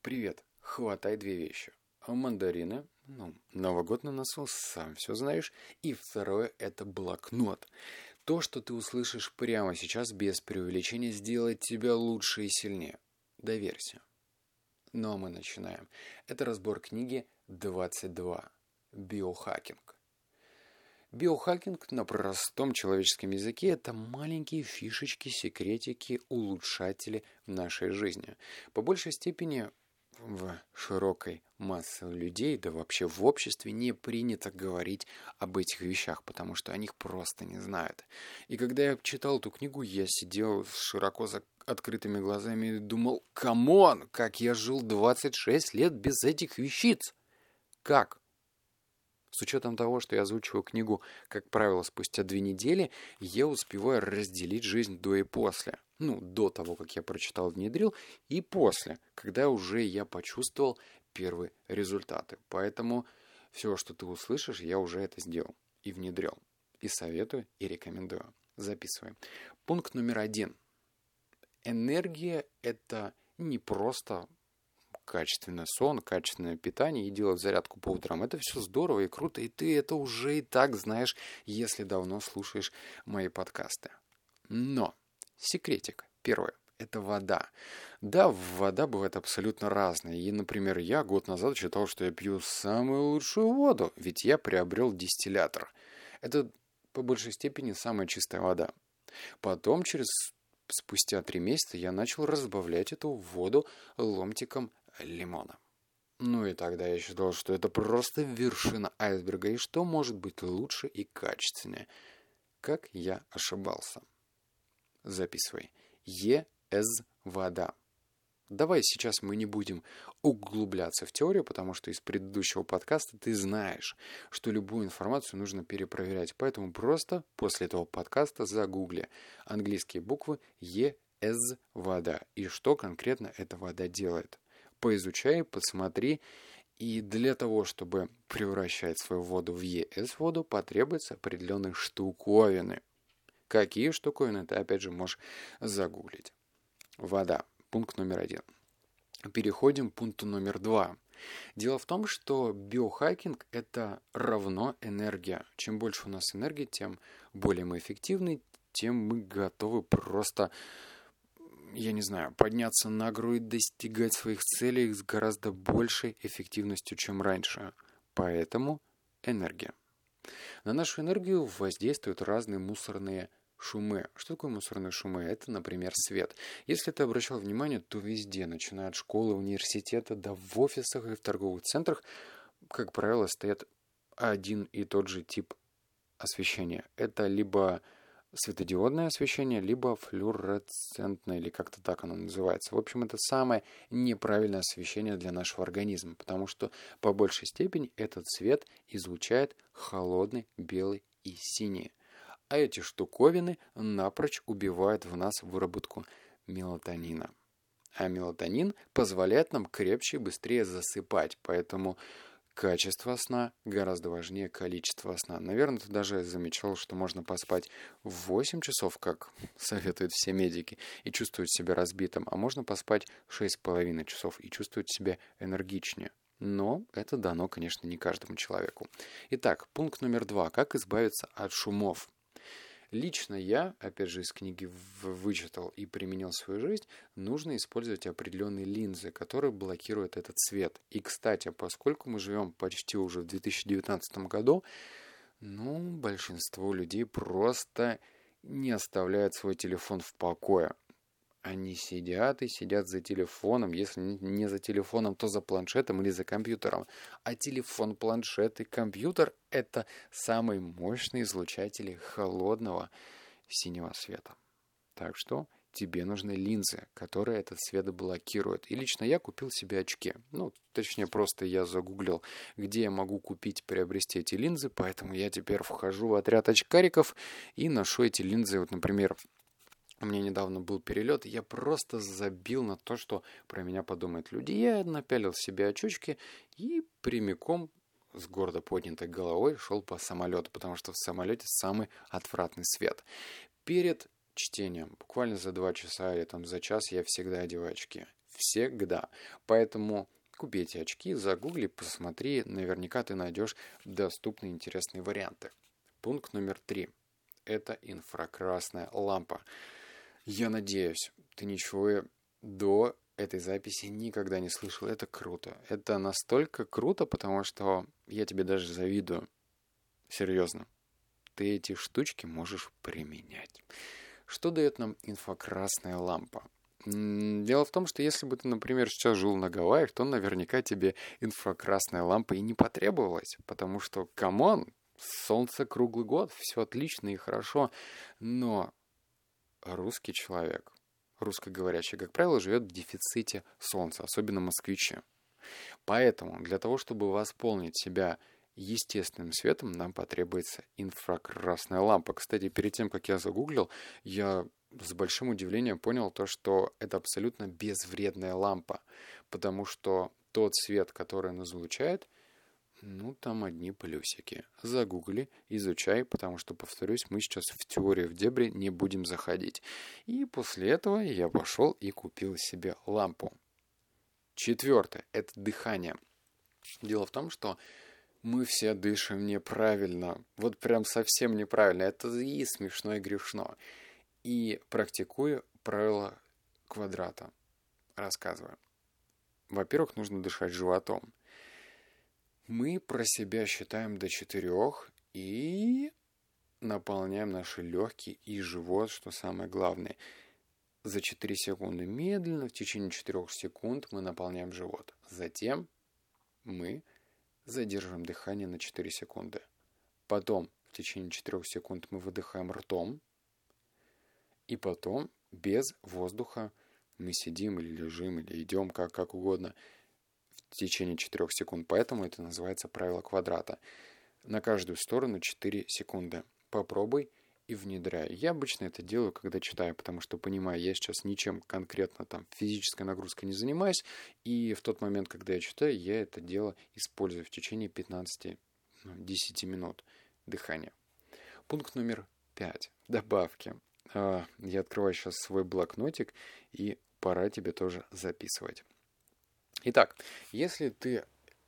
Привет, хватай две вещи. Мандарины, Новый год на носу, сам все знаешь. И второе, это блокнот. То, что ты услышишь прямо сейчас, без преувеличения, сделает тебя лучше и сильнее. Доверься. Ну а мы начинаем. Это разбор книги 22. Биохакинг. Биохакинг на простом человеческом языке – это маленькие фишечки, секретики, улучшатели нашей жизни. По большей степени в широкой массе людей, да вообще в обществе не принято говорить об этих вещах, потому что о них просто не знают. И когда я читал эту книгу, я сидел с широко открытыми глазами и думал: камон, как я жил 26 лет без этих вещиц! Как? С учетом того, что я озвучиваю книгу, как правило, спустя 2 недели, я успеваю разделить жизнь до и после. До того, как я прочитал, внедрил, и после, когда уже я почувствовал первые результаты. Поэтому все, что ты услышишь, я уже это сделал и внедрил. И советую, и рекомендую. Записывай. Пункт номер 1. Энергия – это не просто качественный сон, качественное питание и делать зарядку по утрам. Это все здорово и круто, и ты это уже и так знаешь, если давно слушаешь мои подкасты. Но секретик первый – это вода. Да, вода бывает абсолютно разная. И, например, я год назад считал, что я пью самую лучшую воду, ведь я приобрел дистиллятор. Это по большей степени самая чистая вода. Потом, спустя 3 месяца, я начал разбавлять эту воду ломтиком лимона. И тогда я считал, что это просто вершина айсберга, и что может быть лучше и качественнее. Как я ошибался. Записывай. ЕС вода. Давай сейчас мы не будем углубляться в теорию, потому что из предыдущего подкаста ты знаешь, что любую информацию нужно перепроверять. Поэтому просто после этого подкаста загугли английские буквы ЕС вода и что конкретно эта вода делает. Поизучай, посмотри. И для того, чтобы превращать свою воду в ЕС воду, потребуются определенные штуковины. Какие штуковины, ты опять же можешь загуглить. Вода. Пункт номер 1. Переходим к пункту номер 2. Дело в том, что биохакинг – это равно энергия. Чем больше у нас энергии, тем более мы эффективны, тем мы готовы просто, подняться на гору и достигать своих целей с гораздо большей эффективностью, чем раньше. Поэтому энергия. На нашу энергию воздействуют разные мусорные шумы. Что такое мусорные шумы? Это, например, свет. Если ты обращал внимание, то везде, начиная от школы, университета, да в офисах и в торговых центрах, как правило, стоят один и тот же тип освещения. Это либо светодиодное освещение, либо флуоресцентное, или как-то так оно называется. В общем, это самое неправильное освещение для нашего организма, потому что по большей степени этот цвет излучает холодный, белый и синий. А эти штуковины напрочь убивают в нас выработку мелатонина. А мелатонин позволяет нам крепче и быстрее засыпать, поэтому качество сна гораздо важнее количества сна. Наверное, ты даже замечал, что можно поспать в 8 часов, как советуют все медики, и чувствовать себя разбитым, а можно поспать 6,5 часов и чувствовать себя энергичнее. Но это дано, конечно, не каждому человеку. Итак, пункт номер 2. Как избавиться от шумов? Лично я, опять же, из книги вычитал и применил в свою жизнь, нужно использовать определенные линзы, которые блокируют этот свет. И, кстати, поскольку мы живем почти уже в 2019 году, большинство людей просто не оставляют свой телефон в покое. Они сидят и сидят за телефоном, если не за телефоном, то за планшетом или за компьютером. А телефон, планшет и компьютер – это самые мощные излучатели холодного синего света. Так что тебе нужны линзы, которые этот свет блокируют. И лично я купил себе очки. Точнее, просто я загуглил, где я могу приобрести эти линзы, поэтому я теперь вхожу в отряд очкариков и ношу эти линзы. Вот, например, у меня недавно был перелет, и я просто забил на то, что про меня подумают люди. Я напялил себе очечки и прямиком с гордо поднятой головой шел по самолету, потому что в самолете самый отвратный свет. Перед чтением, буквально за 2 часа или за час, я всегда одеваю очки. Всегда. Поэтому купи эти очки, загугли, посмотри, наверняка ты найдешь доступные интересные варианты. Пункт номер 3. Это инфракрасная лампа. Я надеюсь, ты ничего до этой записи никогда не слышал. Это круто. Это настолько круто, потому что я тебе даже завидую. Серьезно. Ты эти штучки можешь применять. Что дает нам инфракрасная лампа? Дело в том, что если бы ты, например, сейчас жил на Гавайях, то наверняка тебе инфракрасная лампа и не потребовалась, потому что, камон, солнце круглый год, все отлично и хорошо, но русский человек, русскоговорящий, как правило, живет в дефиците солнца, особенно москвичи. Поэтому для того, чтобы восполнить себя естественным светом, нам потребуется инфракрасная лампа. Кстати, перед тем, как я загуглил, я с большим удивлением понял то, что это абсолютно безвредная лампа, потому что тот свет, который она излучает, там одни плюсики. Загугли, изучай, потому что, повторюсь, мы сейчас в теорию в дебри не будем заходить. И после этого я пошел и купил себе лампу. 4. Это дыхание. Дело в том, что мы все дышим неправильно. Вот прям совсем неправильно. Это и смешно, и грешно. И практикую правило квадрата. Рассказываю. Во-первых, нужно дышать животом. Мы про себя считаем до 4 и наполняем наши легкие и живот, что самое главное. За 4 секунды медленно, в течение 4 секунд мы наполняем живот. Затем мы задерживаем дыхание на 4 секунды. Потом в течение 4 секунд мы выдыхаем ртом. И потом без воздуха мы сидим или лежим, или идем, как угодно, в течение 4 секунд. Поэтому это называется правило квадрата. На каждую сторону 4 секунды. Попробуй и внедряй. Я обычно это делаю, когда читаю, потому что понимаю, я сейчас ничем конкретно физической нагрузкой не занимаюсь. И в тот момент, когда я читаю, я это дело использую в течение 15-10 минут дыхания. Пункт номер 5. Добавки. Я открываю сейчас свой блокнотик, и пора тебе тоже записывать. Итак, если ты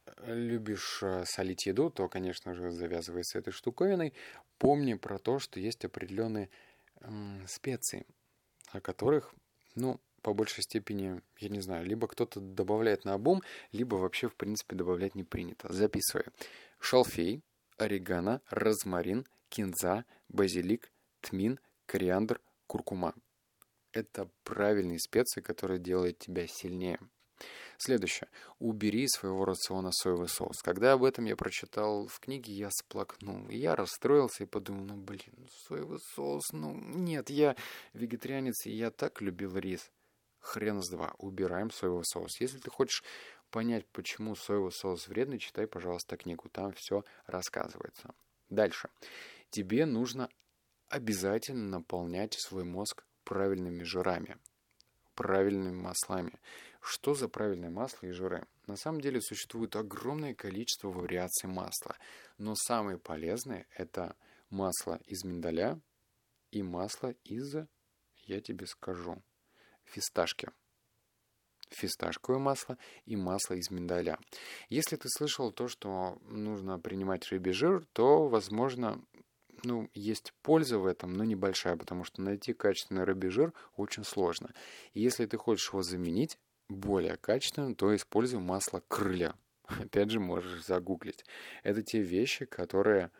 любишь солить еду, то, конечно же, завязывай с этой штуковиной. Помни про то, что есть определенные специи, о которых, по большей степени, я не знаю, либо кто-то добавляет наобум, либо вообще, в принципе, добавлять не принято. Записывай. Шалфей, орегано, розмарин, кинза, базилик, тмин, кориандр, куркума. Это правильные специи, которые делают тебя сильнее. Следующее. Убери из своего рациона соевый соус. Когда об этом я прочитал в книге, я сплакнул. Я расстроился и подумал, соевый соус, нет, я вегетарианец, и я так любил рис. Хрен с два. Убираем соевый соус. Если ты хочешь понять, почему соевый соус вредный, читай, пожалуйста, книгу. Там все рассказывается. Дальше. Тебе нужно обязательно наполнять свой мозг правильными жирами, правильными маслами. Что за правильное масло и жиры? На самом деле существует огромное количество вариаций масла, но самые полезные это масло из миндаля и масло из, я тебе скажу, фисташки. Фисташковое масло и масло из миндаля. Если ты слышал то, что нужно принимать рыбий жир, то, возможно, есть польза в этом, но небольшая, потому что найти качественный рыбий жир очень сложно. И если ты хочешь его заменить более качественным, то используй масло крылья. Опять же, можешь загуглить. Это те вещи, которые,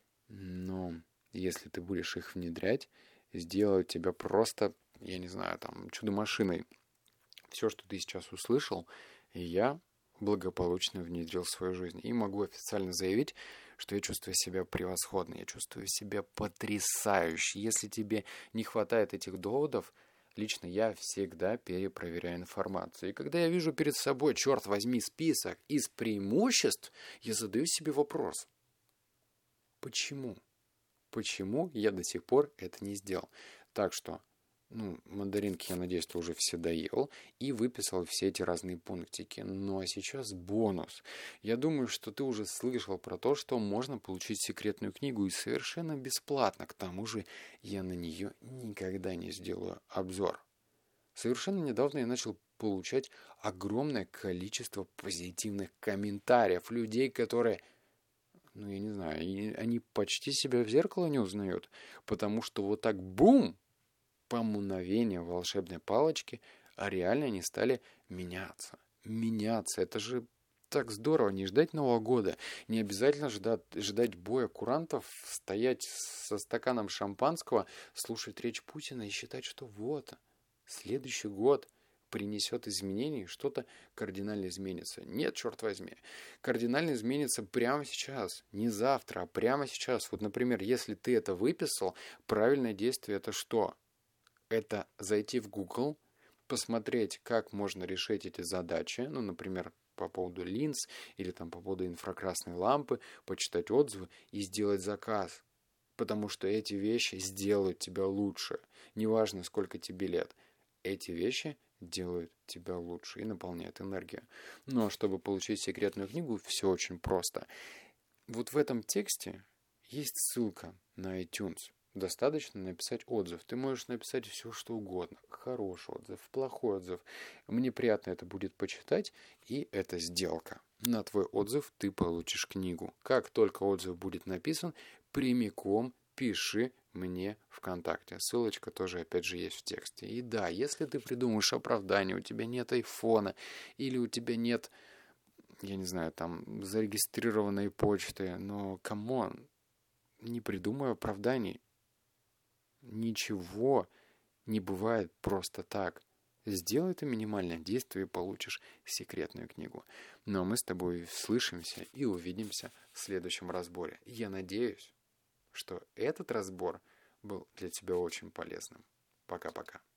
если ты будешь их внедрять, сделают тебя просто, я не знаю, чудо-машиной. Все, что ты сейчас услышал, я благополучно внедрил в свою жизнь. И могу официально заявить, что я чувствую себя превосходно, я чувствую себя потрясающе. Если тебе не хватает этих доводов, лично я всегда перепроверяю информацию. И когда я вижу перед собой, черт возьми, список из преимуществ, я задаю себе вопрос. Почему? Почему я до сих пор это не сделал? Так что, мандаринки, я надеюсь, ты уже все доел и выписал все эти разные пунктики. Ну а сейчас бонус. Я думаю, что ты уже слышал про то, что можно получить секретную книгу и совершенно бесплатно. К тому же я на нее никогда не сделаю обзор. Совершенно недавно я начал получать огромное количество позитивных комментариев. Людей, которые, ну я не знаю, они почти себя в зеркало не узнают. Потому что вот так бум! По мгновению волшебной палочки, а реально они стали меняться. Меняться. Это же так здорово. Не ждать Нового года. Не обязательно ждать боя курантов, стоять со стаканом шампанского, слушать речь Путина и считать, что вот, следующий год принесет изменения, и что-то кардинально изменится. Нет, черт возьми. Кардинально изменится прямо сейчас. Не завтра, а прямо сейчас. Вот, например, если ты это выписал, правильное действие это что? Это зайти в Google, посмотреть, как можно решить эти задачи, ну, например, по поводу линз или там по поводу инфракрасной лампы, почитать отзывы и сделать заказ. Потому что эти вещи сделают тебя лучше. Неважно, сколько тебе лет. Эти вещи делают тебя лучше и наполняют энергию. Но чтобы получить секретную книгу, все очень просто. Вот в этом тексте есть ссылка на iTunes. Достаточно написать отзыв. Ты можешь написать все, что угодно. Хороший отзыв, плохой отзыв. Мне приятно это будет почитать, и это сделка. На твой отзыв ты получишь книгу. Как только отзыв будет написан, прямиком пиши мне ВКонтакте. Ссылочка тоже, опять же, есть в тексте. И да, если ты придумаешь оправдание, у тебя нет айфона, или у тебя нет, я не знаю, там, зарегистрированной почты, но, камон, не придумай оправданий. Ничего не бывает просто так. Сделай это минимальное действие и получишь секретную книгу. Ну а мы с тобой слышимся и увидимся в следующем разборе. Я надеюсь, что этот разбор был для тебя очень полезным. Пока-пока.